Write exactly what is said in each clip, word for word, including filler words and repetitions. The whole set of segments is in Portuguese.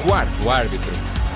Quarto Árbitro.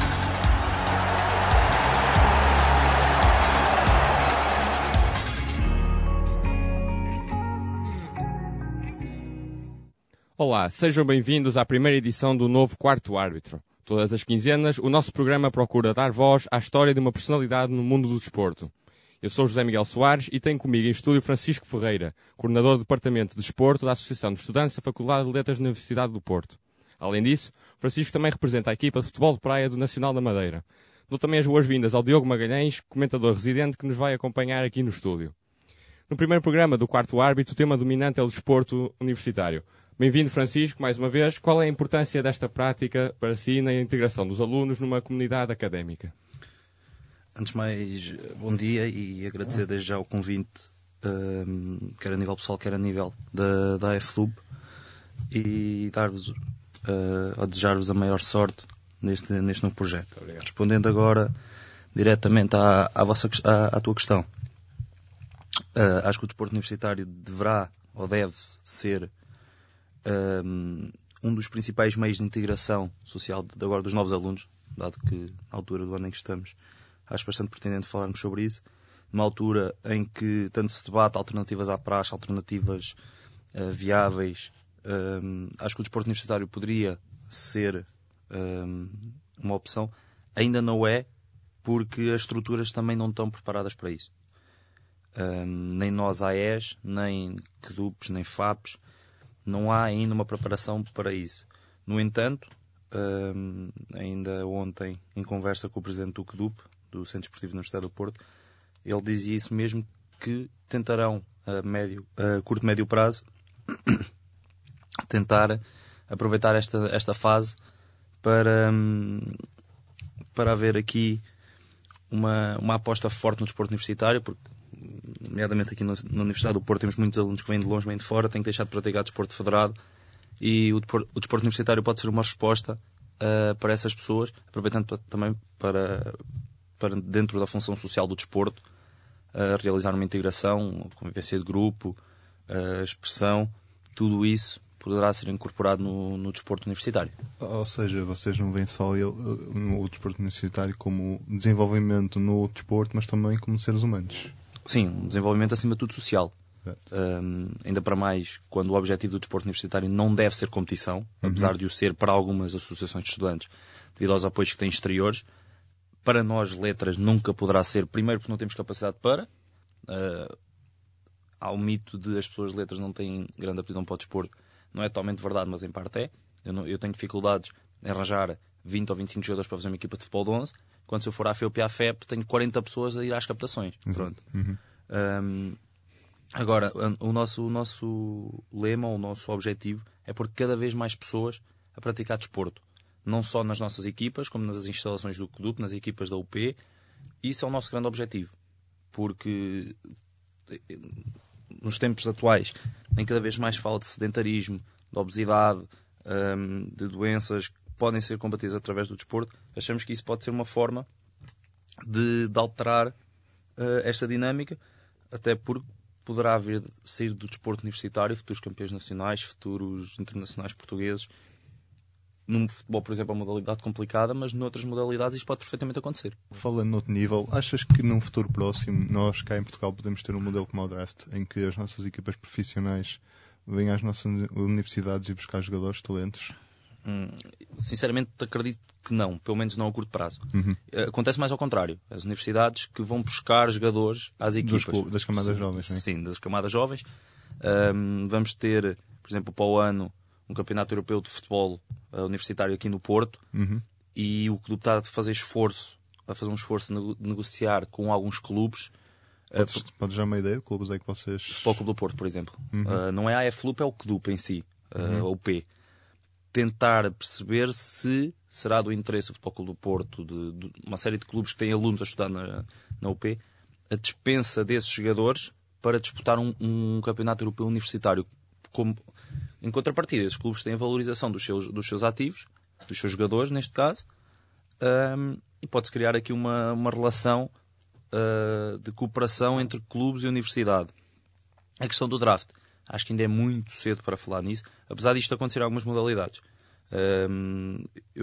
Olá, sejam bem-vindos à primeira edição do novo Quarto Árbitro. Todas as quinzenas, o nosso programa procura dar voz à história de uma personalidade no mundo do desporto. Eu sou José Miguel Soares e tenho comigo em estúdio Francisco Ferreira, coordenador do Departamento de Desporto da Associação de Estudantes da Faculdade de Letras da Universidade do Porto. Além disso, Francisco também representa a equipa de futebol de praia do Nacional da Madeira. Dou também as boas-vindas ao Diogo Magalhães, comentador residente, que nos vai acompanhar aqui no estúdio. No primeiro programa do Quarto Árbitro, o tema dominante é o desporto universitário. Bem-vindo, Francisco, mais uma vez. Qual é a importância desta prática para si na integração dos alunos numa comunidade académica? Antes de mais, bom dia e agradecer desde já o convite, um, quer a nível pessoal, quer a nível da, da A F L U B, e dar-vos, uh, a desejar-vos a maior sorte neste, neste novo projeto. Respondendo agora diretamente à, à, vossa, à, à tua questão, uh, acho que o desporto universitário deverá ou deve ser um, um dos principais meios de integração social de, de agora dos novos alunos, dado que na altura do ano em que estamos acho bastante pertinente falarmos sobre isso, numa altura em que tanto se debate alternativas à praxe, alternativas uh, viáveis. Um, acho que o desporto universitário poderia ser um, uma opção. Ainda não é, porque as estruturas também não estão preparadas para isso. Um, nem nós, A E S, nem C D U Ps, nem F A Ps, não há ainda uma preparação para isso. No entanto, um, ainda ontem, em conversa com o presidente do C D U P, do Centro Desportivo da Universidade do Porto, ele dizia isso mesmo, que tentarão a, médio, a curto e médio prazo tentar aproveitar esta, esta fase para, para haver aqui uma, uma aposta forte no desporto universitário, porque nomeadamente aqui na, na Universidade do Porto temos muitos alunos que vêm de longe, vêm de fora, têm que deixar de praticar desporto federado, e o desporto, o desporto universitário pode ser uma resposta uh, para essas pessoas, aproveitando para, também para para dentro da função social do desporto, uh, realizar uma integração, convivência de grupo, uh, expressão, tudo isso poderá ser incorporado no, no desporto universitário. Ou seja, vocês não veem só ele, o desporto universitário como desenvolvimento no desporto, mas também como seres humanos? Sim, um desenvolvimento acima de tudo social. Um, ainda para mais quando o objetivo do desporto universitário não deve ser competição, uhum. apesar de o ser para algumas associações de estudantes, devido aos apoios que têm exteriores. Para nós, letras, nunca poderá ser, primeiro porque não temos capacidade para. Uh, há o mito de as pessoas de letras não têm grande aptidão para o desporto. Não é totalmente verdade, mas em parte é. Eu, não, eu tenho dificuldades em arranjar vinte ou vinte e cinco jogadores para fazer uma equipa de futebol de onze, quando se eu for à F E U P e à F E P tenho quarenta pessoas a ir às captações. Uhum. Pronto. Uhum. Um, agora, o nosso, o nosso lema, o nosso objetivo é pôr cada vez mais pessoas a praticar desporto. Não só nas nossas equipas, como nas instalações do C D U P, nas equipas da U P. Isso é o nosso grande objetivo. Porque nos tempos atuais, em cada vez mais fala de sedentarismo, de obesidade, de doenças que podem ser combatidas através do desporto, achamos que isso pode ser uma forma de, de alterar esta dinâmica, até porque poderá haver, sair do desporto universitário, futuros campeões nacionais, futuros internacionais portugueses. Num futebol, por exemplo, é uma modalidade complicada, mas noutras modalidades isto pode perfeitamente acontecer. Falando noutro nível, achas que num futuro próximo nós cá em Portugal podemos ter um modelo como o draft, em que as nossas equipas profissionais vêm às nossas universidades e buscar jogadores, talentos? Hum, sinceramente acredito que não, pelo menos não a curto prazo. Uhum. Acontece mais ao contrário. As universidades que vão buscar jogadores às equipas. Dos, das camadas jovens, não é? Sim, das camadas jovens. Um, vamos ter, por exemplo, para o ano, um campeonato europeu de futebol uh, universitário aqui no Porto, uhum. e o clube está a fazer esforço, a fazer um esforço de negociar com alguns clubes. Podes, uh, podes já uma ideia de clubes é que vocês... Futebol Clube do Porto, por exemplo. Uhum. Uh, não é a A F L U P, é o C D U P em si, uh, uhum. ou o P. Tentar perceber se será do interesse do Futebol Clube do Porto, de, de uma série de clubes que têm alunos a estudar na, na U P, a dispensa desses jogadores para disputar um, um campeonato europeu universitário. Como, em contrapartida, esses clubes têm a valorização dos seus, dos seus ativos, dos seus jogadores, neste caso, um, e pode-se criar aqui uma, uma relação uh, de cooperação entre clubes e universidade. A questão do draft. Acho que ainda é muito cedo para falar nisso, apesar disto acontecer em algumas modalidades. Um, eu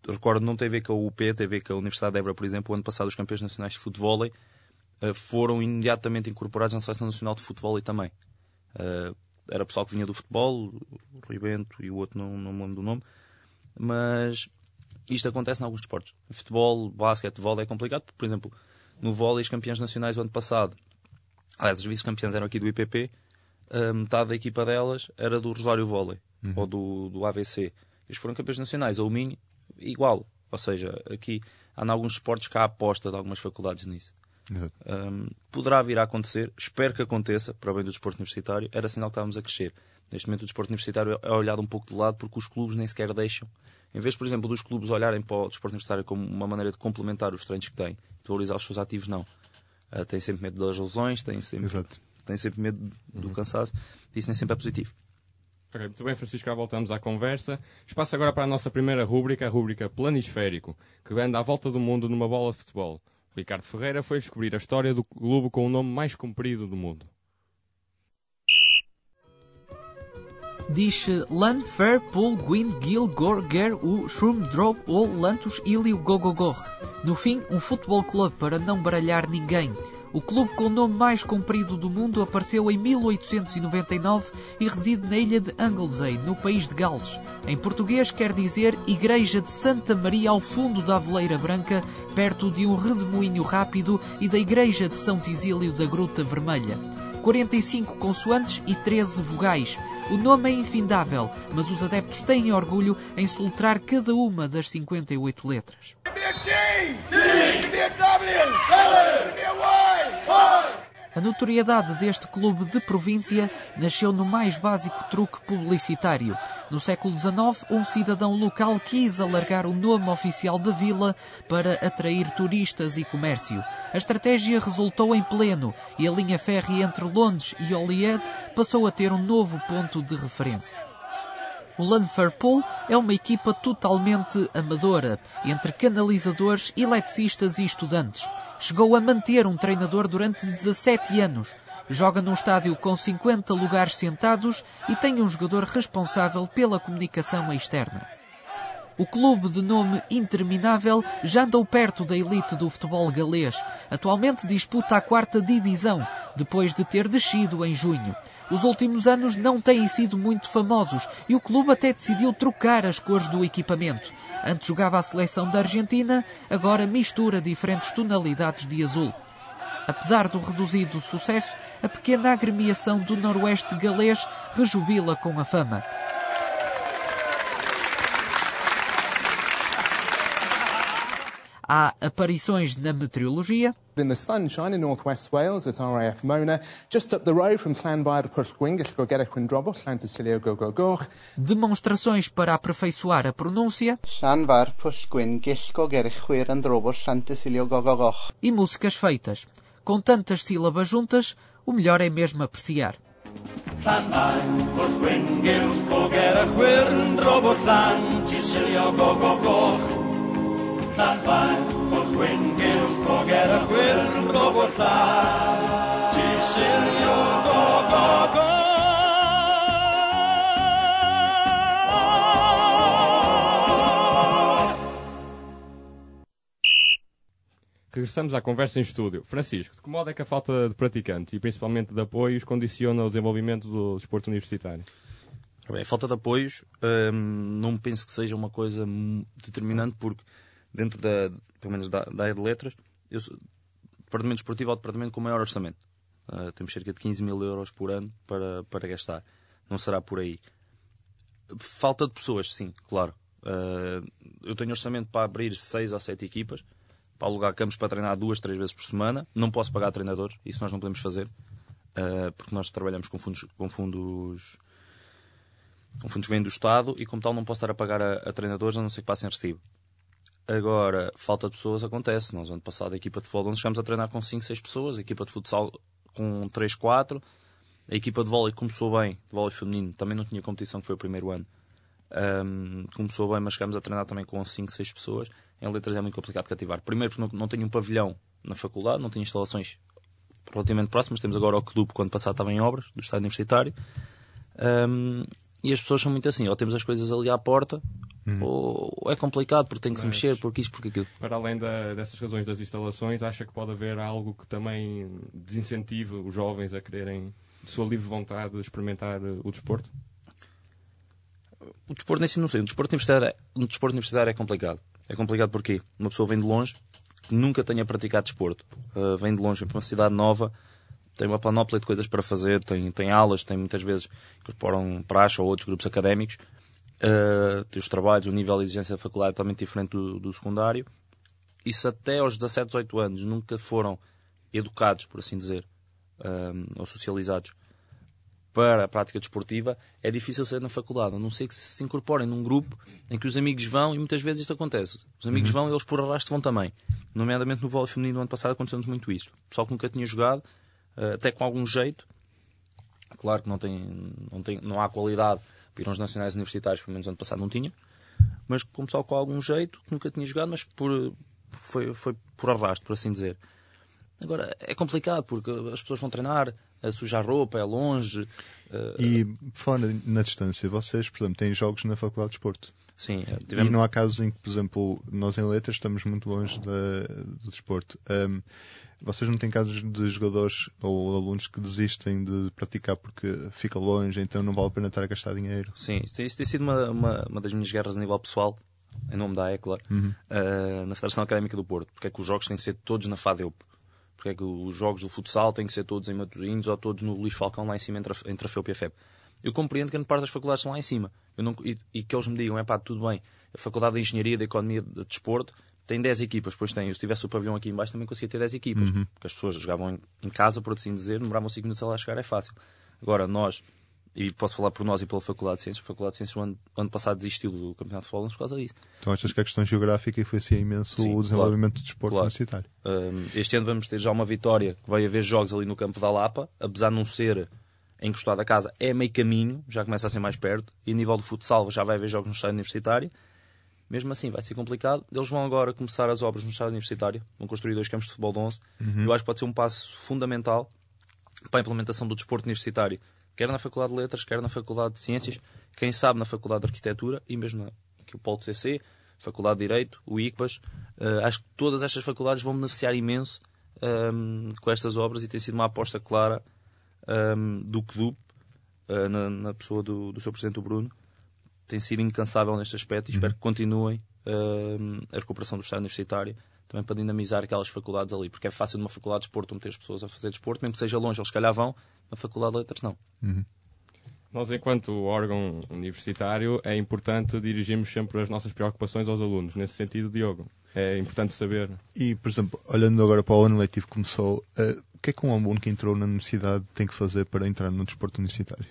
recordo, não tem a ver com a U P, tem a ver com a Universidade de Évora, por exemplo. O ano passado os campeões nacionais de futebol uh, foram imediatamente incorporados na Seleção Nacional de Futebol também. Uh, era pessoal que vinha do futebol, o Rui Bento e o outro não, não me lembro do nome, mas isto acontece em alguns desportos. Futebol, basquete, vôlei é complicado, porque, por exemplo, no vôlei os campeões nacionais do ano passado, aliás, os vice-campeões eram aqui do I P P, uh, metade da equipa delas era do Rosário Vôlei, uhum. ou do, do A V C. Eles foram campeões nacionais, a U Minho, igual. Ou seja, aqui há em alguns esportes que há aposta de algumas faculdades nisso. Um, poderá vir a acontecer, espero que aconteça, para o bem do desporto universitário. Era sinal que estávamos a crescer. Neste momento o desporto universitário é olhado um pouco de lado porque os clubes nem sequer deixam. Em vez, por exemplo, dos clubes olharem para o desporto universitário como uma maneira de complementar os treinos que têm, de valorizar os seus ativos, não. Uh, tem sempre medo das lesões, tem sempre, tem sempre medo do uhum. cansaço. Isso nem sempre é positivo. Okay, muito bem, Francisco, já voltamos à conversa. Espaço agora para a nossa primeira rúbrica, a rúbrica Planisférico, que anda à volta do mundo numa bola de futebol. Ricardo Ferreira foi descobrir a história do globo com o nome mais comprido do mundo. Diz Lan Fer Pul Gwyn Gil Gor Ger U Shrum Drob Ol Lantus Ilio Gogogor. No fim, um futebol clube para não baralhar ninguém. O clube com o nome mais comprido do mundo apareceu em mil oitocentos e noventa e nove e reside na ilha de Anglesey, no país de Gales. Em português quer dizer Igreja de Santa Maria ao fundo da Aveleira Branca, perto de um redemoinho rápido, e da Igreja de São Tisílio da Gruta Vermelha. quarenta e cinco consoantes e treze vogais. O nome é infindável, mas os adeptos têm orgulho em soletrar cada uma das cinquenta e oito letras. A notoriedade deste clube de província nasceu no mais básico truque publicitário. No século dezenove, um cidadão local quis alargar o nome oficial da vila para atrair turistas e comércio. A estratégia resultou em pleno e a linha férrea entre Londres e Holyhead passou a ter um novo ponto de referência. O Lanferpool é uma equipa totalmente amadora, entre canalizadores, eletricistas e estudantes. Chegou a manter um treinador durante dezassete anos. Joga num estádio com cinquenta lugares sentados e tem um jogador responsável pela comunicação externa. O clube de nome interminável já andou perto da elite do futebol galês. Atualmente disputa a quarta divisão, depois de ter descido em junho. Os últimos anos não têm sido muito famosos e o clube até decidiu trocar as cores do equipamento. Antes jogava a seleção da Argentina, agora mistura diferentes tonalidades de azul. Apesar do reduzido sucesso, a pequena agremiação do noroeste galês rejubila com a fama. Há aparições na meteorologia. In the sunshine in North West Wales at R A F Mona, just up the road from Llanfair Pwllgwyn, Gellgogera Quindrobol, Llantysilio Gogogor. Demonstrações para aperfeiçoar a pronúncia. Llanfair Pwllgwyn, Gellgogera Quindrobol, Llantysilio Gogogor. E músicas feitas. Com tantas sílabas juntas, o melhor é mesmo apreciar. Llanfair Pwllgwyn, Gellgogera Quindrobol, Llantysilio Gogogor. Llanfair Pwllgwyn, Gellgogera Quindrobol, Llantysilio Gogogor. Regressamos à conversa em estúdio. Francisco, de que modo é que a falta de praticantes e principalmente de apoios condiciona o desenvolvimento do desporto universitário? Bem, a falta de apoios hum, não penso que seja uma coisa determinante, porque dentro da, pelo menos da, da área de letras, eu sou, o departamento esportivo é o departamento com o maior orçamento. Uh, temos cerca de quinze mil euros por ano para, para gastar. Não será por aí. Falta de pessoas, sim, claro. Uh, eu tenho orçamento para abrir seis ou sete equipas, para alugar campos para treinar duas, três vezes por semana. Não posso pagar treinadores, isso nós não podemos fazer, uh, porque nós trabalhamos com fundos, com fundos, com fundos que vêm do Estado e, como tal, não posso estar a pagar a, a treinadores, a não ser que passem recibo. Agora, falta de pessoas acontece. Nós, ano passado, a equipa de futebol, onde chegamos a treinar com cinco, seis pessoas, a equipa de futsal com três, quatro, a equipa de vôlei começou bem, de vôlei feminino, também não tinha competição, que foi o primeiro ano. Um, começou bem, mas chegamos a treinar também com cinco, seis pessoas. Em letras é muito complicado cativar. Primeiro porque não, não tenho um pavilhão na faculdade, não tenho instalações relativamente próximas. Temos agora o clube, quando passado estava em obras, do Estado Universitário. Um, E as pessoas são muito assim, ou temos as coisas ali à porta, hum. ou é complicado porque tem que Mas, se mexer, porque isto, porque aquilo. Para além da, dessas razões das instalações, acha que pode haver algo que também desincentive os jovens a quererem, de sua livre vontade, experimentar o desporto? O desporto nem si não sei. O desporto universitário, o desporto universitário é complicado. É complicado porque uma pessoa vem de longe, que nunca tenha praticado desporto, uh, vem de longe, vem para uma cidade nova, tem uma panóplia de coisas para fazer, tem, tem aulas, tem muitas vezes incorporam praxe ou outros grupos académicos, uh, tem os trabalhos, o nível de exigência da faculdade é totalmente diferente do, do secundário. E se até aos dezassete, dezoito anos nunca foram educados, por assim dizer, uh, ou socializados para a prática desportiva, é difícil sair na faculdade, a não ser que se incorporem num grupo em que os amigos vão, e muitas vezes isto acontece. Os amigos uhum. vão e eles por arrasto vão também. Nomeadamente no vôlei feminino, no ano passado aconteceu-nos muito isto. O pessoal que nunca tinha jogado, até com algum jeito, claro que não, tem, não, tem, não há qualidade para ir aos nacionais universitários, pelo menos no ano passado não tinha, mas com o pessoal com algum jeito, que nunca tinha jogado, mas por, foi, foi por arrasto, por assim dizer. Agora, é complicado, porque as pessoas vão treinar, a sujar roupa, é longe. Uh... E, fora na distância, vocês, por exemplo, têm jogos na Faculdade de Desporto? Sim. Tivemos... E não há casos em que, por exemplo, nós em Letras estamos muito longe da, do desporto. Um, vocês não têm casos de jogadores ou alunos que desistem de praticar porque fica longe, então não vale a pena estar a gastar dinheiro? Sim, isso tem, isso tem sido uma, uma, uma das minhas guerras a nível pessoal, em nome da A E, claro, uhum. uh, na Federação Académica do Porto. Porque é que os jogos têm que ser todos na FADEUP? Porque é que os jogos do futsal têm que ser todos em Matosinhos ou todos no Luís Falcão lá em cima entre a, entre a FEUP e a F E P? Eu compreendo que grande parte das faculdades estão lá em cima. Eu não, e, e que eles me digam, é pá, tudo bem, a Faculdade de Engenharia, de Economia, de Desporto tem dez equipas, pois tem, eu se tivesse o pavilhão aqui em baixo também conseguia ter dez equipas, uhum. porque as pessoas jogavam em, em casa, por assim dizer, demoravam cinco minutos a lá chegar, é fácil. Agora, nós, e posso falar por nós e pela Faculdade de Ciências, a Faculdade de Ciências o ano, ano passado desistiu do Campeonato de Futebol por causa disso. Então achas que a questão geográfica influencia imenso Sim, o desenvolvimento claro, do desporto claro. universitário? Um, este ano vamos ter já uma vitória, que vai haver jogos ali no campo da Lapa, apesar de não ser encostado a casa, é meio caminho, já começa a ser mais perto, e a nível do futsal já vai haver jogos no estádio universitário. Mesmo assim vai ser complicado. Eles vão agora começar as obras no estádio universitário, vão construir dois campos de futebol de onze. Uhum. Eu acho que pode ser um passo fundamental para a implementação do desporto universitário, quer na Faculdade de Letras, quer na Faculdade de Ciências, quem sabe na Faculdade de Arquitetura e mesmo na, aqui o Polo C C, Faculdade de Direito, o I C P A S. Uh, acho que todas estas faculdades vão beneficiar imenso um, com estas obras e tem sido uma aposta clara um, do clube, uh, na, na pessoa do, do seu presidente, o Bruno. Tem sido incansável neste aspecto e espero que continuem uh, a recuperação do Estado universitário também para dinamizar aquelas faculdades ali, porque é fácil numa faculdade de desporto meter as pessoas a fazer desporto, mesmo que seja longe, eles se calhar vão, na Faculdade de Letras não. Uhum. Nós, enquanto órgão universitário, é importante dirigirmos sempre as nossas preocupações aos alunos. Nesse sentido, Diogo, é importante saber. E, por exemplo, olhando agora para o ano letivo que começou, uh, o que é que um aluno que entrou na universidade tem que fazer para entrar no desporto universitário?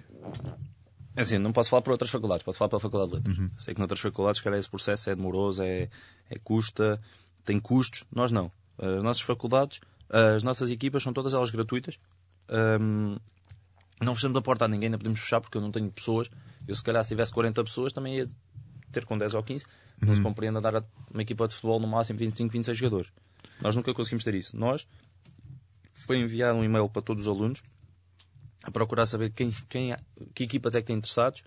É assim, não posso falar por outras faculdades, posso falar pela Faculdade de Letras. Uhum. Sei que noutras faculdades, cara, esse processo é demoroso, é, é custa, tem custos. Nós não. As nossas faculdades, as nossas equipas são todas elas gratuitas. Um, não fechamos a porta a ninguém, não podemos fechar porque eu não tenho pessoas. Eu, se calhar, se tivesse quarenta pessoas, também ia ter com dez ou quinze. Não uhum. se compreende a dar a uma equipa de futebol no máximo vinte e cinco, vinte e seis jogadores. Nós nunca conseguimos ter isso. Nós, foi enviado um e-mail para todos os alunos a procurar saber quem, quem, que equipas é que têm interessados,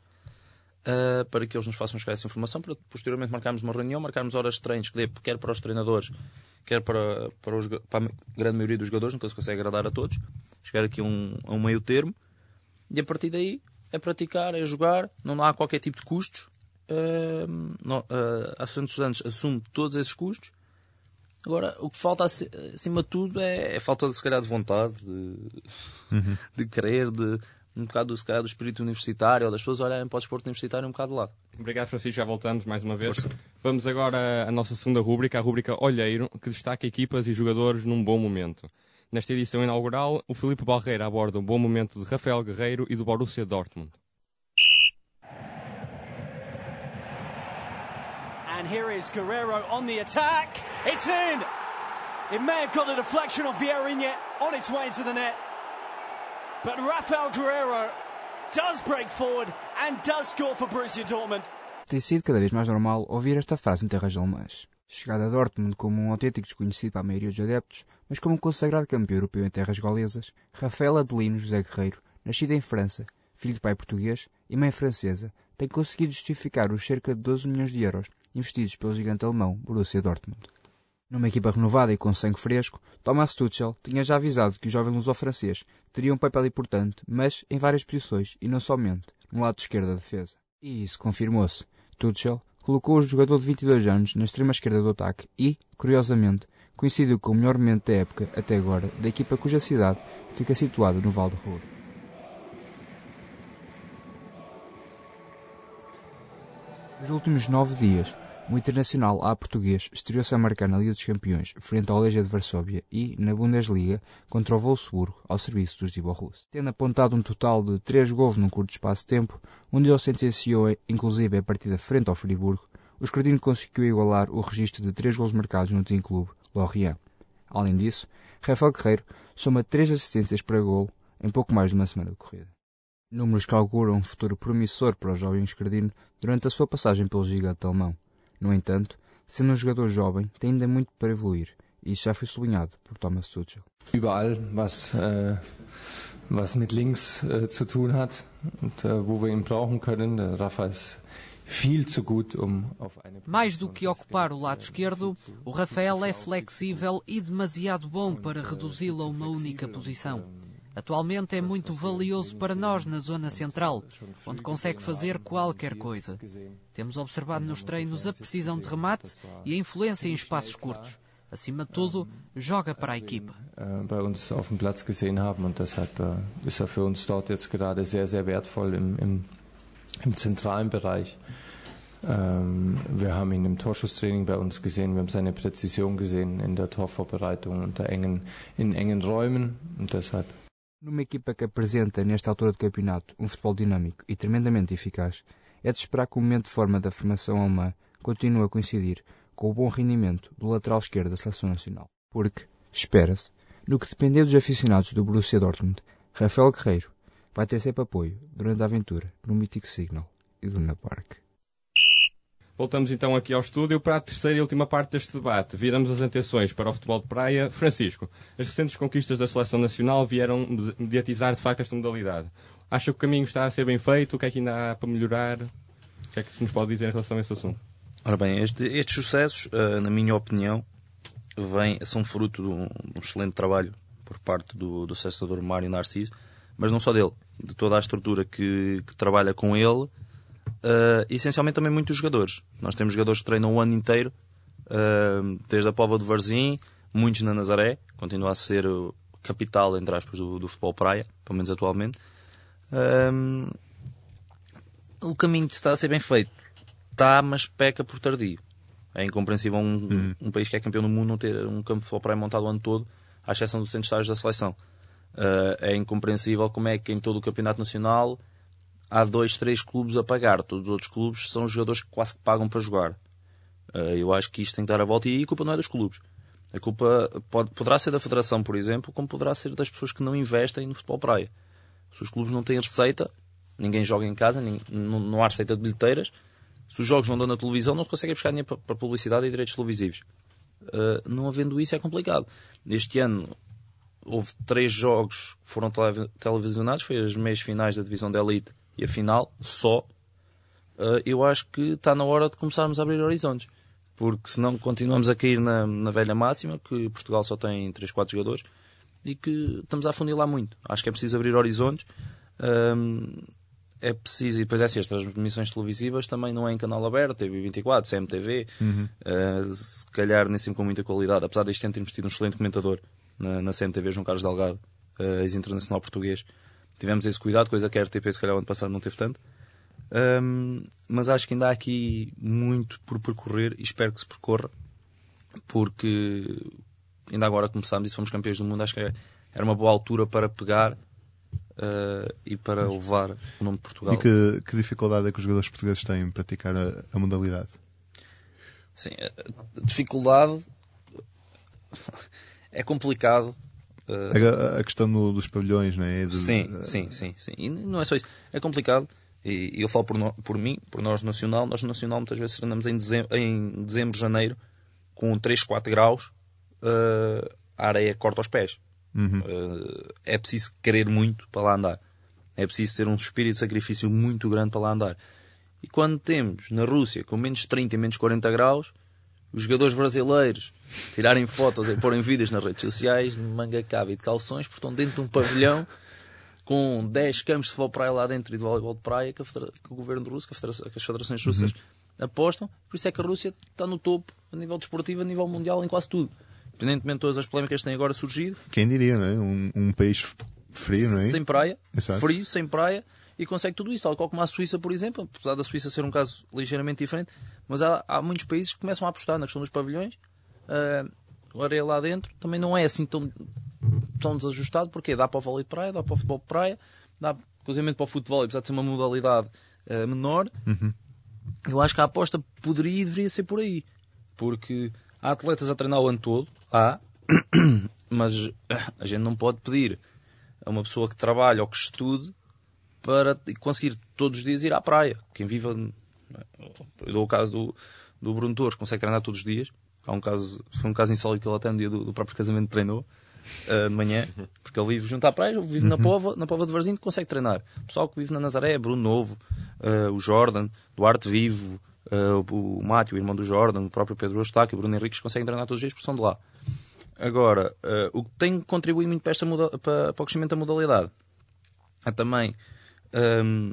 uh, para que eles nos façam chegar essa informação, para posteriormente marcarmos uma reunião, marcarmos horas de treinos que dê, quer para os treinadores, quer para, para, os, para a grande maioria dos jogadores, nunca se consegue agradar a todos, chegar aqui a um, a um meio termo, e a partir daí é praticar, é jogar, não há qualquer tipo de custos, uh, não, uh, a Associação de Estudantes assume todos esses custos. Agora, o que falta acima de tudo é, é falta, se calhar, de vontade, de, uhum. de querer, de um bocado, se calhar, do espírito universitário, ou das pessoas olharem para o desporto universitário um bocado de lado. Obrigado, Francisco. Já voltamos mais uma vez. Força. Vamos agora à nossa segunda rúbrica, a rúbrica Olheiro, que destaca equipas e jogadores num bom momento. Nesta edição inaugural, o Filipe Barreira aborda um bom momento de Rafael Guerreiro e do Borussia Dortmund. And here is Guerreiro on the attack. It's in! It may have got a deflection of Vieirinha on its way into the net. But Rafael Guerreiro does break forward and does score for Borussia Dortmund. Tem sido cada vez mais normal ouvir esta frase em terras alemãs. Chegada a Dortmund como um autêntico desconhecido para a maioria dos adeptos, mas como um consagrado campeão europeu em terras galesas, Rafael Adelino José Guerreiro, nascido em França, filho de pai português, e mãe francesa, tem conseguido justificar os cerca de doze milhões de euros investidos pelo gigante alemão Borussia Dortmund. Numa equipa renovada e com sangue fresco, Thomas Tuchel tinha já avisado que o jovem luso-francês teria um papel importante, mas em várias posições e não somente no lado esquerdo da defesa. E isso confirmou-se. Tuchel colocou o jogador de vinte e dois anos na extrema esquerda do ataque e, curiosamente, coincidiu com o melhor momento da época, até agora, da equipa cuja cidade fica situada no Val de Ruhr. Nos últimos nove dias, o internacional A português estreou-se a marcar na Liga dos Campeões frente ao Legia de Varsóvia e, na Bundesliga, contra o Wolfsburgo, ao serviço dos Diborus. Tendo apontado um total de três golos num curto espaço de tempo, onde ele sentenciou inclusive a partida frente ao Friburgo, o escrutínio conseguiu igualar o registro de três golos marcados no antigo clube, Lorient. Além disso, Rafael Guerreiro soma três assistências para golo em pouco mais de uma semana de corrida. Números que auguram um futuro promissor para o jovem escardino durante a sua passagem pelo gigante alemão. No entanto, sendo um jogador jovem, tem ainda muito para evoluir, e isso já foi sublinhado por Thomas Tuchel. Überall, was, äh, was mit links äh, zu tun hat und äh, wo wir ihn brauchen können. Der Rafa ist viel zu gut, um auf eine... Mais do que ocupar o lado esquerdo, o Rafael é flexível e demasiado bom para reduzi-lo a uma única posição. Atualmente é muito valioso para nós na zona central, onde consegue fazer qualquer coisa. Temos observado nos treinos a precisão de remate e a influência em espaços curtos. Acima de tudo, joga para a equipa. Bei uns auf dem Platz gesehen haben und deshalb ist er für uns dort jetzt gerade sehr, sehr wertvoll im, im, im zentralen Bereich. Wir haben ihn im Torschusstraining bei uns gesehen, wir haben seine Präzision gesehen in der Torvorbereitung unter engen, in engen Räumen und deshalb. Numa equipa que apresenta, nesta altura do campeonato, um futebol dinâmico e tremendamente eficaz, é de esperar que o momento de forma da formação alemã continue a coincidir com o bom rendimento do lateral esquerdo da Seleção Nacional. Porque, espera-se, no que depender dos aficionados do Borussia Dortmund, Rafael Guerreiro vai ter sempre apoio durante a aventura no mítico Signal Iduna Park. Voltamos então aqui ao estúdio para a terceira e última parte deste debate. Viramos as atenções para o futebol de praia. Francisco, as recentes conquistas da Seleção Nacional vieram mediatizar de facto esta modalidade. Acha que o caminho está a ser bem feito? O que é que ainda há para melhorar? O que é que se nos pode dizer em relação a esse assunto? Ora bem, este, estes sucessos, na minha opinião, vêm, são fruto de um, de um excelente trabalho por parte do, do selecionador Mário Narciso, mas não só dele, de toda a estrutura que, que trabalha com ele. Uh, essencialmente também muitos jogadores. Nós temos jogadores que treinam o ano inteiro, uh, desde a Póvoa de Varzim, muitos na Nazaré, continua a ser o capital, entre aspas, do, do futebol praia, pelo menos atualmente. Uh, o caminho está a ser bem feito. Está, mas peca por tardio. É incompreensível um, uhum. um país que é campeão do mundo não ter um campo de futebol praia montado o ano todo, à exceção dos centros estágios da seleção. Uh, é incompreensível como é que em todo o campeonato nacional há dois, três clubes a pagar. Todos os outros clubes são jogadores que quase que pagam para jogar. Eu acho que isto tem que dar a volta e a culpa não é dos clubes. A culpa pode, poderá ser da Federação, por exemplo, como poderá ser das pessoas que não investem no futebol praia. Se os clubes não têm receita, ninguém joga em casa, ninguém, não, não há receita de bilheteiras. Se os jogos não dão na televisão, não se consegue buscar dinheiro para, para publicidade e direitos televisivos. Uh, não havendo isso é complicado. Este ano houve três jogos que foram tele, televisionados, foi as meias finais da divisão de elite e a final, só. Uh, eu acho que está na hora de começarmos a abrir horizontes. Porque senão continuamos a cair na, na velha máxima, que Portugal só tem três, quatro jogadores, e que estamos a afunilar muito. Acho que é preciso abrir horizontes. Um, é preciso, e depois é assim, as transmissões televisivas também não é em canal aberto, T V vinte e quatro, C M T V, uhum. uh, se calhar nem sempre com muita qualidade, apesar deste ano termos tido um excelente comentador na, na C M T V, João Carlos Delgado, uh, ex-internacional português. Tivemos esse cuidado, coisa que a R T P se calhar o ano passado não teve tanto. Um, mas acho que ainda há aqui muito por percorrer e espero que se percorra, porque ainda agora começámos e se fomos campeões do mundo, acho que era uma boa altura para pegar uh, e para levar o nome de Portugal. E que, que dificuldade é que os jogadores portugueses têm em praticar a, a modalidade? Sim, a dificuldade é complicado. Uh, a, a questão do, dos pavilhões, não é? De, sim, uh, sim, sim, sim. E não é só isso, é complicado. E eu falo por, no, por mim, por nós Nacional. Nós Nacional muitas vezes andamos em dezembro, em dezembro janeiro, com três, quatro graus, uh, a areia corta os pés. Uhum. Uh, é preciso querer muito para lá andar. É preciso ter um espírito de sacrifício muito grande para lá andar. E quando temos na Rússia com menos trinta e menos quarenta graus, os jogadores brasileiros tirarem fotos e porem vídeos nas redes sociais de manga cava e de calções, porque estão dentro de um pavilhão com dez campos de futebol praia lá dentro e de voleibol de praia que, federa- que o governo russo, que, que as federações russas uhum. apostam. Por isso é que a Rússia está no topo a nível desportivo, a nível mundial, em quase tudo. Independentemente de todas as polémicas que têm agora surgido. Quem diria, não é? Um, um país frio, não é? Sem praia, Exato. frio, sem praia, e consegue tudo isso, tal qual como a Suíça, por exemplo, apesar da Suíça ser um caso ligeiramente diferente, mas há, há muitos países que começam a apostar na questão dos pavilhões. Uh, a areia lá dentro também não é assim tão, tão desajustado, porque dá para o vôlei de praia, dá para o futebol de praia, dá inclusive para o futebol, apesar de ser uma modalidade uh, menor. Uhum. Eu acho que a aposta poderia e deveria ser por aí, porque há atletas a treinar o ano todo, há, mas a gente não pode pedir a uma pessoa que trabalha ou que estude para conseguir todos os dias ir à praia. Quem vive... Eu dou o caso do, do Bruno Torres, consegue treinar todos os dias. Há um caso, foi um caso insólito que ele até no dia do, do próprio casamento treinou, uh, de manhã, porque ele vive junto à praia, vive na Pova, na Pova de Varzim, consegue treinar. O pessoal que vive na Nazaré, Bruno Novo, uh, o Jordan, Duarte Vivo, uh, o, o Mátio, o irmão do Jordan, o próprio Pedro Eustáquio, o Bruno Henriques, conseguem treinar todos os dias porque são de lá. Agora, uh, o que tem contribuído muito para, esta moda, para, para o crescimento da modalidade é também um,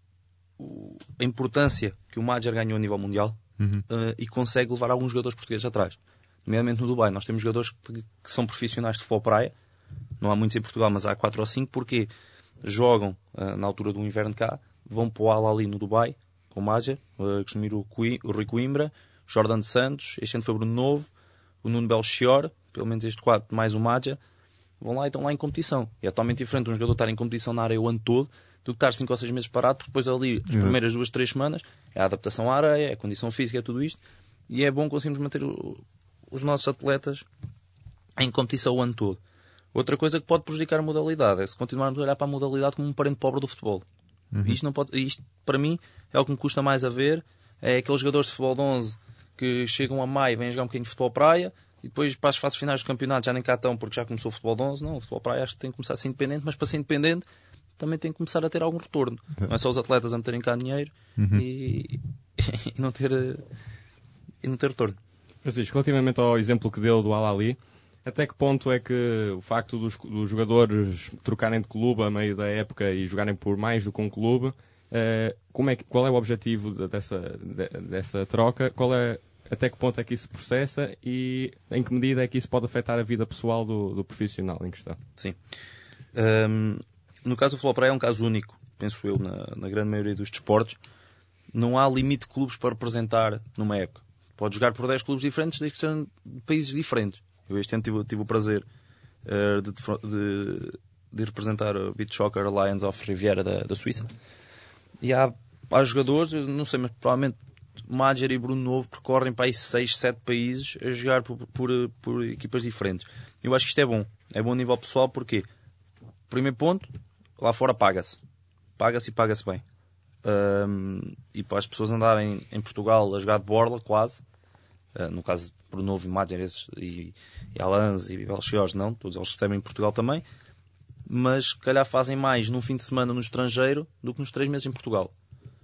a importância que o Major ganhou a nível mundial uhum. uh, e consegue levar alguns jogadores portugueses atrás. Nomeadamente no Dubai. Nós temos jogadores que, que são profissionais de futebol praia. Não há muitos em Portugal, mas há quatro ou cinco, porque jogam uh, na altura do inverno cá, vão para o Al-Ali no Dubai, com o Major, uh, costumeiro o, Cui, o Rui Coimbra, Jordan de Santos, este ano foi Bruno Novo, o Nuno Belchior, pelo menos este quatro, mais o Major, vão lá e estão lá em competição. E é totalmente diferente um jogador estar em competição na área o ano todo do que estar cinco ou seis meses parado, porque depois ali, as primeiras duas, três semanas, é a adaptação à areia, é a condição física, é tudo isto, e é bom conseguirmos manter o, os nossos atletas em competição o ano todo. Outra coisa que pode prejudicar a modalidade é se continuarmos a olhar para a modalidade como um parente pobre do futebol. Uhum. Isto, não pode, isto, para mim, é o que me custa mais a ver, é aqueles jogadores de futebol de onze que chegam a maio, vêm jogar um bocadinho de futebol praia, e depois para as fases finais do campeonato já nem cá estão porque já começou o futebol de onze. Não, o futebol praia acho que tem que começar a ser independente, mas para ser independente também tem que começar a ter algum retorno. Tá. Não é só os atletas a meterem cá dinheiro uhum. e, e, não ter, e não ter retorno. Francisco, relativamente ao exemplo que deu do Al-Ali, até que ponto é que o facto dos, dos jogadores trocarem de clube a meio da época e jogarem por mais do que um clube, uh, como é que, qual é o objetivo dessa, de, dessa troca? Qual é, até que ponto é que isso se processa e em que medida é que isso pode afetar a vida pessoal do, do profissional em questão? Sim. Um, no caso do futebol praia é um caso único, penso eu, na, na grande maioria dos desportos. Não há limite de clubes para representar numa época. Pode jogar por dez clubes diferentes, desde que sejam de países diferentes. Eu este ano tive, tive o prazer uh, de, de, de representar o Beach Soccer Alliance of Riviera da, da Suíça. E há, há jogadores, não sei, mas provavelmente Major e Bruno Novo percorrem para aí seis, sete países a jogar por, por, por equipas diferentes. Eu acho que isto é bom. É bom a nível pessoal porque, primeiro ponto, lá fora paga-se. Paga-se e paga-se bem. Um, e para as pessoas andarem em Portugal a jogar de borla, quase, uh, no caso de Bruno Novo e Major e, e Alans e Belchior, não, todos eles recebem em Portugal também, mas se calhar fazem mais num fim de semana no estrangeiro do que nos três meses em Portugal.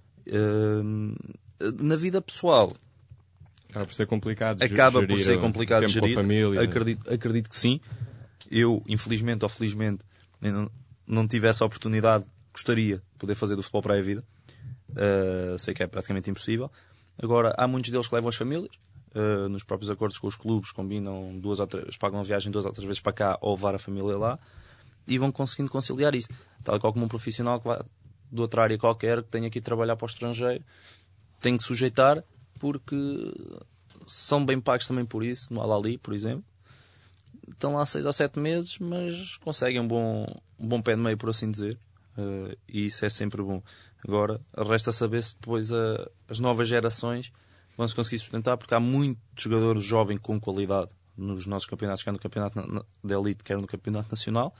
Uh, na vida pessoal acaba por ser complicado acaba gerir por ser complicado tempo gerir. Com a família, acredito, acredito que sim. Eu, infelizmente ou felizmente, não, não tive essa oportunidade. Gostaria de poder fazer do futebol para a vida. Uh, sei que é praticamente impossível. Agora, há muitos deles que levam as famílias. Uh, nos próprios acordos com os clubes, combinam duas ou três, pagam a viagem duas ou três vezes para cá ou levar a família lá e vão conseguindo conciliar isto. Tal qual como um profissional que vai de outra área qualquer, que tenha que ir trabalhar para o estrangeiro, tem que sujeitar, porque são bem pagos também por isso, no Al-Ali, por exemplo. Estão lá seis ou sete meses, mas conseguem um bom, um bom pé de meio, por assim dizer. Uh, e isso é sempre bom. Agora, resta saber se depois a, as novas gerações vão se conseguir sustentar, porque há muitos jogadores jovens com qualidade nos nossos campeonatos, quer no campeonato da elite, quer no campeonato nacional,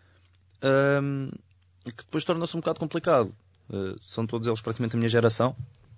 um, que depois torna-se um bocado complicado. Uh, são todos eles praticamente a minha geração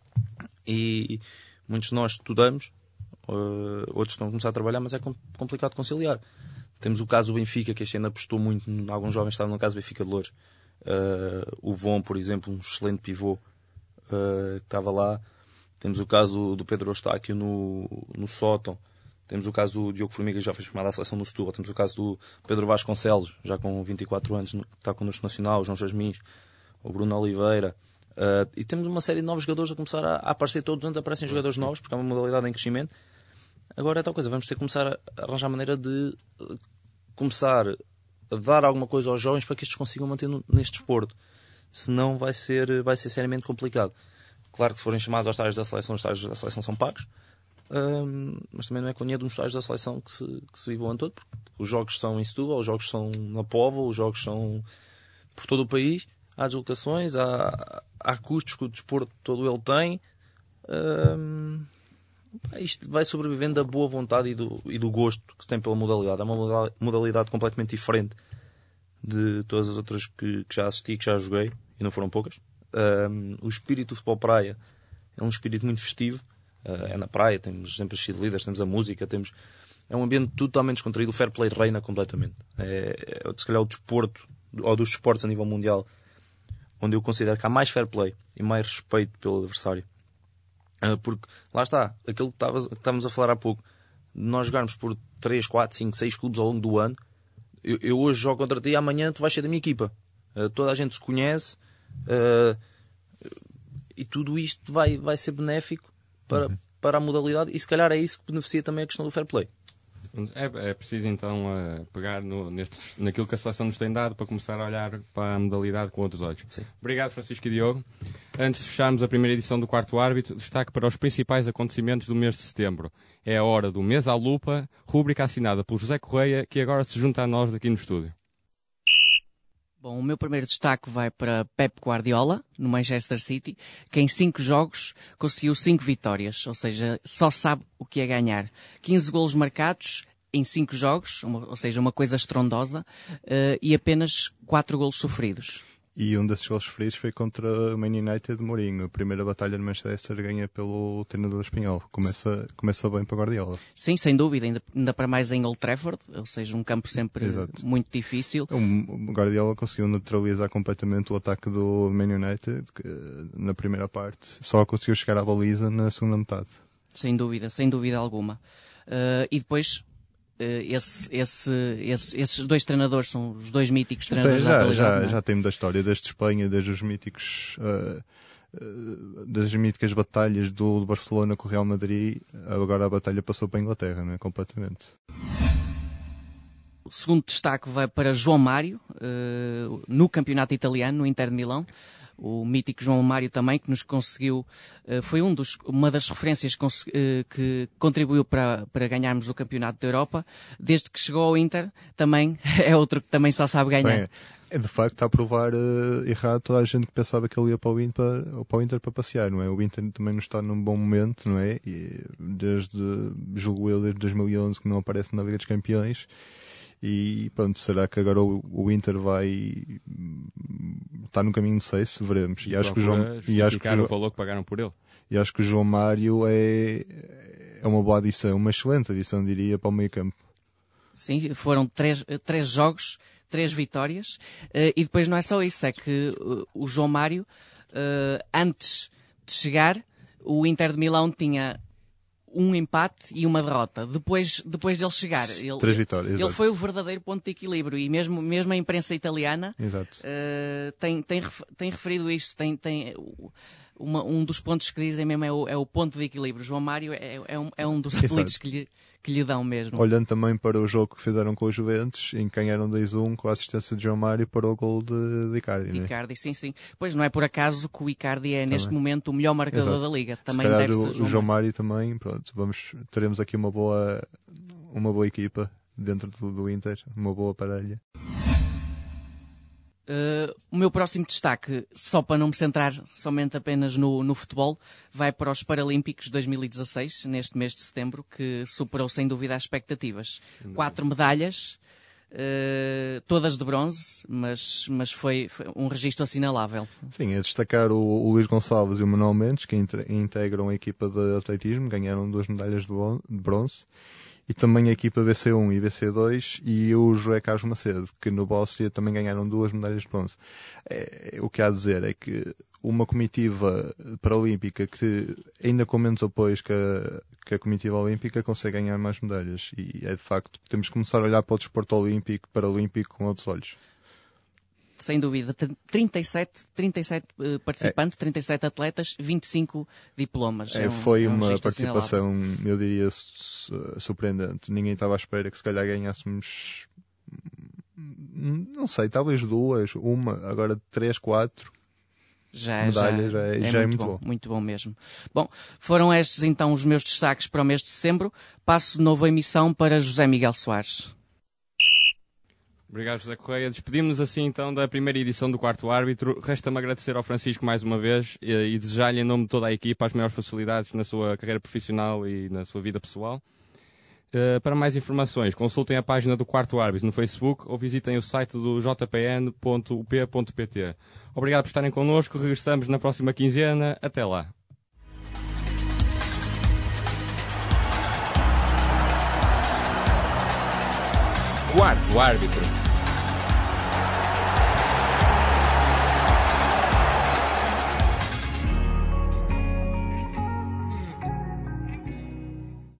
e muitos de nós estudamos, uh, outros estão a começar a trabalhar, mas é complicado conciliar. Temos o caso do Benfica, que este ano apostou muito em alguns jovens que estavam no caso do Benfica de Loures. Uh, o Von, por exemplo, um excelente pivô uh, que estava lá. Temos o caso do, do Pedro Eustáquio no, no Sótão. Temos o caso do Diogo Formiga, que já foi chamado à seleção do Setúbal. Temos o caso do Pedro Vasconcelos, já com vinte e quatro anos, que está connosco nacional. O João Jasmins, o Bruno Oliveira. Uh, e temos uma série de novos jogadores a começar a, a aparecer. Todos os anos aparecem jogadores novos, porque é uma modalidade em crescimento. Agora é tal coisa, vamos ter que começar a arranjar maneira de uh, começar a dar alguma coisa aos jovens para que estes consigam manter no, neste desporto. Senão vai ser, vai ser seriamente complicado. Claro que se forem chamados aos estágios da seleção, os estágios da seleção são pagos. Um, mas também não é com o dinheiro dos estágios da seleção que se, que se vive o ano todo, porque os jogos são em Setúbal, os jogos são na Póvoa, os jogos são por todo o país. Há deslocações, há, há custos que o desporto todo ele tem. Um, isto vai sobrevivendo da boa vontade e do, e do gosto que se tem pela modalidade. É uma modalidade completamente diferente de todas as outras que, que já assisti, que já joguei, e não foram poucas. Um, o espírito do futebol praia é um espírito muito festivo. Uh, é na praia, temos sempre as cheerleaders, temos a música, temos... é um ambiente totalmente descontraído. O fair play reina completamente. É, é se calhar o desporto, ou dos desportos a nível mundial, onde eu considero que há mais fair play e mais respeito pelo adversário. Uh, porque, lá está, aquilo que, tava, que estávamos a falar há pouco, nós jogarmos por três, quatro, cinco, seis clubes ao longo do ano. Eu, eu hoje jogo contra ti e amanhã tu vais ser da minha equipa. Uh, toda a gente se conhece, uh, e tudo isto vai, vai ser benéfico para, uhum. para a modalidade, e se calhar é isso que beneficia também a questão do fair play. É, é preciso então uh, pegar no, nestes, naquilo que a seleção nos tem dado para começar a olhar para a modalidade com outros olhos. Sim. Obrigado, Francisco e Diogo. Antes de fecharmos a primeira edição do Quarto Árbitro, destaque para os principais acontecimentos do mês de setembro. É a hora do Mês à Lupa, rúbrica assinada pelo José Correia, que agora se junta a nós aqui no estúdio. Bom, o meu primeiro destaque vai para Pep Guardiola, no Manchester City, que em cinco jogos conseguiu cinco vitórias, ou seja, só sabe o que é ganhar. quinze golos marcados em cinco jogos, uma, ou seja, uma coisa estrondosa, uh, e apenas quatro golos sofridos. E um desses golos sofridos foi contra o Man United de Mourinho. A primeira batalha de Manchester ganha pelo treinador espanhol. Começa, começa bem para Guardiola. Sim, sem dúvida. Ainda, ainda para mais em Old Trafford, ou seja, um campo sempre Exato. muito difícil. O Guardiola conseguiu neutralizar completamente o ataque do Man United, que, na primeira parte. Só conseguiu chegar à baliza na segunda metade. Sem dúvida, sem dúvida alguma. Uh, e depois... Esse, esse, esse, esses dois treinadores são os dois míticos treinadores já, da atualidade. Já, já tem muita história, desde Espanha, desde os míticos, uh, uh, das míticas batalhas do, do Barcelona com o Real Madrid. Agora a batalha passou para a Inglaterra, não é? Completamente. O segundo destaque vai para João Mário, uh, no campeonato italiano, no Inter de Milão. O mítico João Mário também, que nos conseguiu, foi um dos, uma das referências que contribuiu para, para ganharmos o campeonato da Europa. Desde que chegou ao Inter, também é outro que também só sabe ganhar. É, de facto, está a provar uh, errado toda a gente que pensava que ele ia para o, Inter, para, para o Inter para passear, não é? O Inter também não está num bom momento, não é? E desde, julgo eu, desde dois mil e onze que não aparece na Liga dos Campeões. E pronto, será que agora o, o Inter vai estar no caminho de seis? Veremos. E, e acho que o João e acho que o valor que pagaram por ele. E acho que o João Mário é, é uma boa adição, uma excelente adição, diria, para o meio campo. Sim, foram três, três jogos, três vitórias, uh, e depois não é só isso, é que uh, o João Mário, uh, antes de chegar, o Inter de Milão tinha um empate e uma derrota. Depois, depois de ele chegar, ele, Três vitórias, ele foi o verdadeiro ponto de equilíbrio, e mesmo, mesmo a imprensa italiana uh, tem, tem, tem referido isto, tem, tem, uma, um dos pontos que dizem mesmo é o, é o ponto de equilíbrio. João Mário é, é, um, é um dos apelidos que lhe, que lhe dão mesmo. Olhando também para o jogo que fizeram com os Juventus, em que ganharam dois a um com a assistência de João Mário para o gol de, de Icardi. Icardi, né? sim, sim. Pois não é por acaso que o Icardi é também, neste momento o melhor marcador Exato. da Liga. Também Se calhar deve o, ser o João, João Mário também, pronto, vamos, teremos aqui uma boa, uma boa equipa dentro do, do Inter, uma boa parelha. Uh, o meu próximo destaque, só para não me centrar somente apenas no, no futebol, vai para os Paralímpicos dois mil e dezasseis, neste mês de setembro, que superou sem dúvida as expectativas. Não. Quatro medalhas, uh, todas de bronze, mas, mas foi, foi um registro assinalável. Sim, é destacar o, o Luís Gonçalves e o Manuel Mendes, que integram a equipa de atletismo, ganharam duas medalhas de bronze. E e também a equipa B C um e B C dois e o José Carlos Macedo, que no Bóssia também ganharam duas medalhas de bronze. É, o que há a dizer é que uma comitiva paralímpica que, ainda com menos apoios que a, que a comitiva olímpica, consegue ganhar mais medalhas. E é de facto que temos que começar a olhar para o desporto olímpico, paralímpico com outros olhos. Sem dúvida. trinta e sete, trinta e sete uh, participantes, é. trinta e sete atletas, vinte e cinco diplomas. É, é um, foi é um uma participação, eu diria, surpreendente. Ninguém estava à espera que se calhar ganhássemos, não sei, talvez duas, uma, agora três, quatro. Já, medalhas, já, é, é, já muito é muito bom, bom. Muito bom mesmo. Bom, foram estes então os meus destaques para o mês de setembro. Passo de novo a emissão para José Miguel Soares. Obrigado, José Correia. Despedimos-nos assim então da primeira edição do Quarto Árbitro. Resta-me agradecer ao Francisco mais uma vez e, e desejar-lhe em nome de toda a equipa as maiores facilidades na sua carreira profissional e na sua vida pessoal. Uh, para mais informações, consultem a página do Quarto Árbitro no Facebook ou visitem o site do j p n ponto u p ponto p t. Obrigado por estarem connosco. Regressamos na próxima quinzena. Até lá. Quarto Árbitro.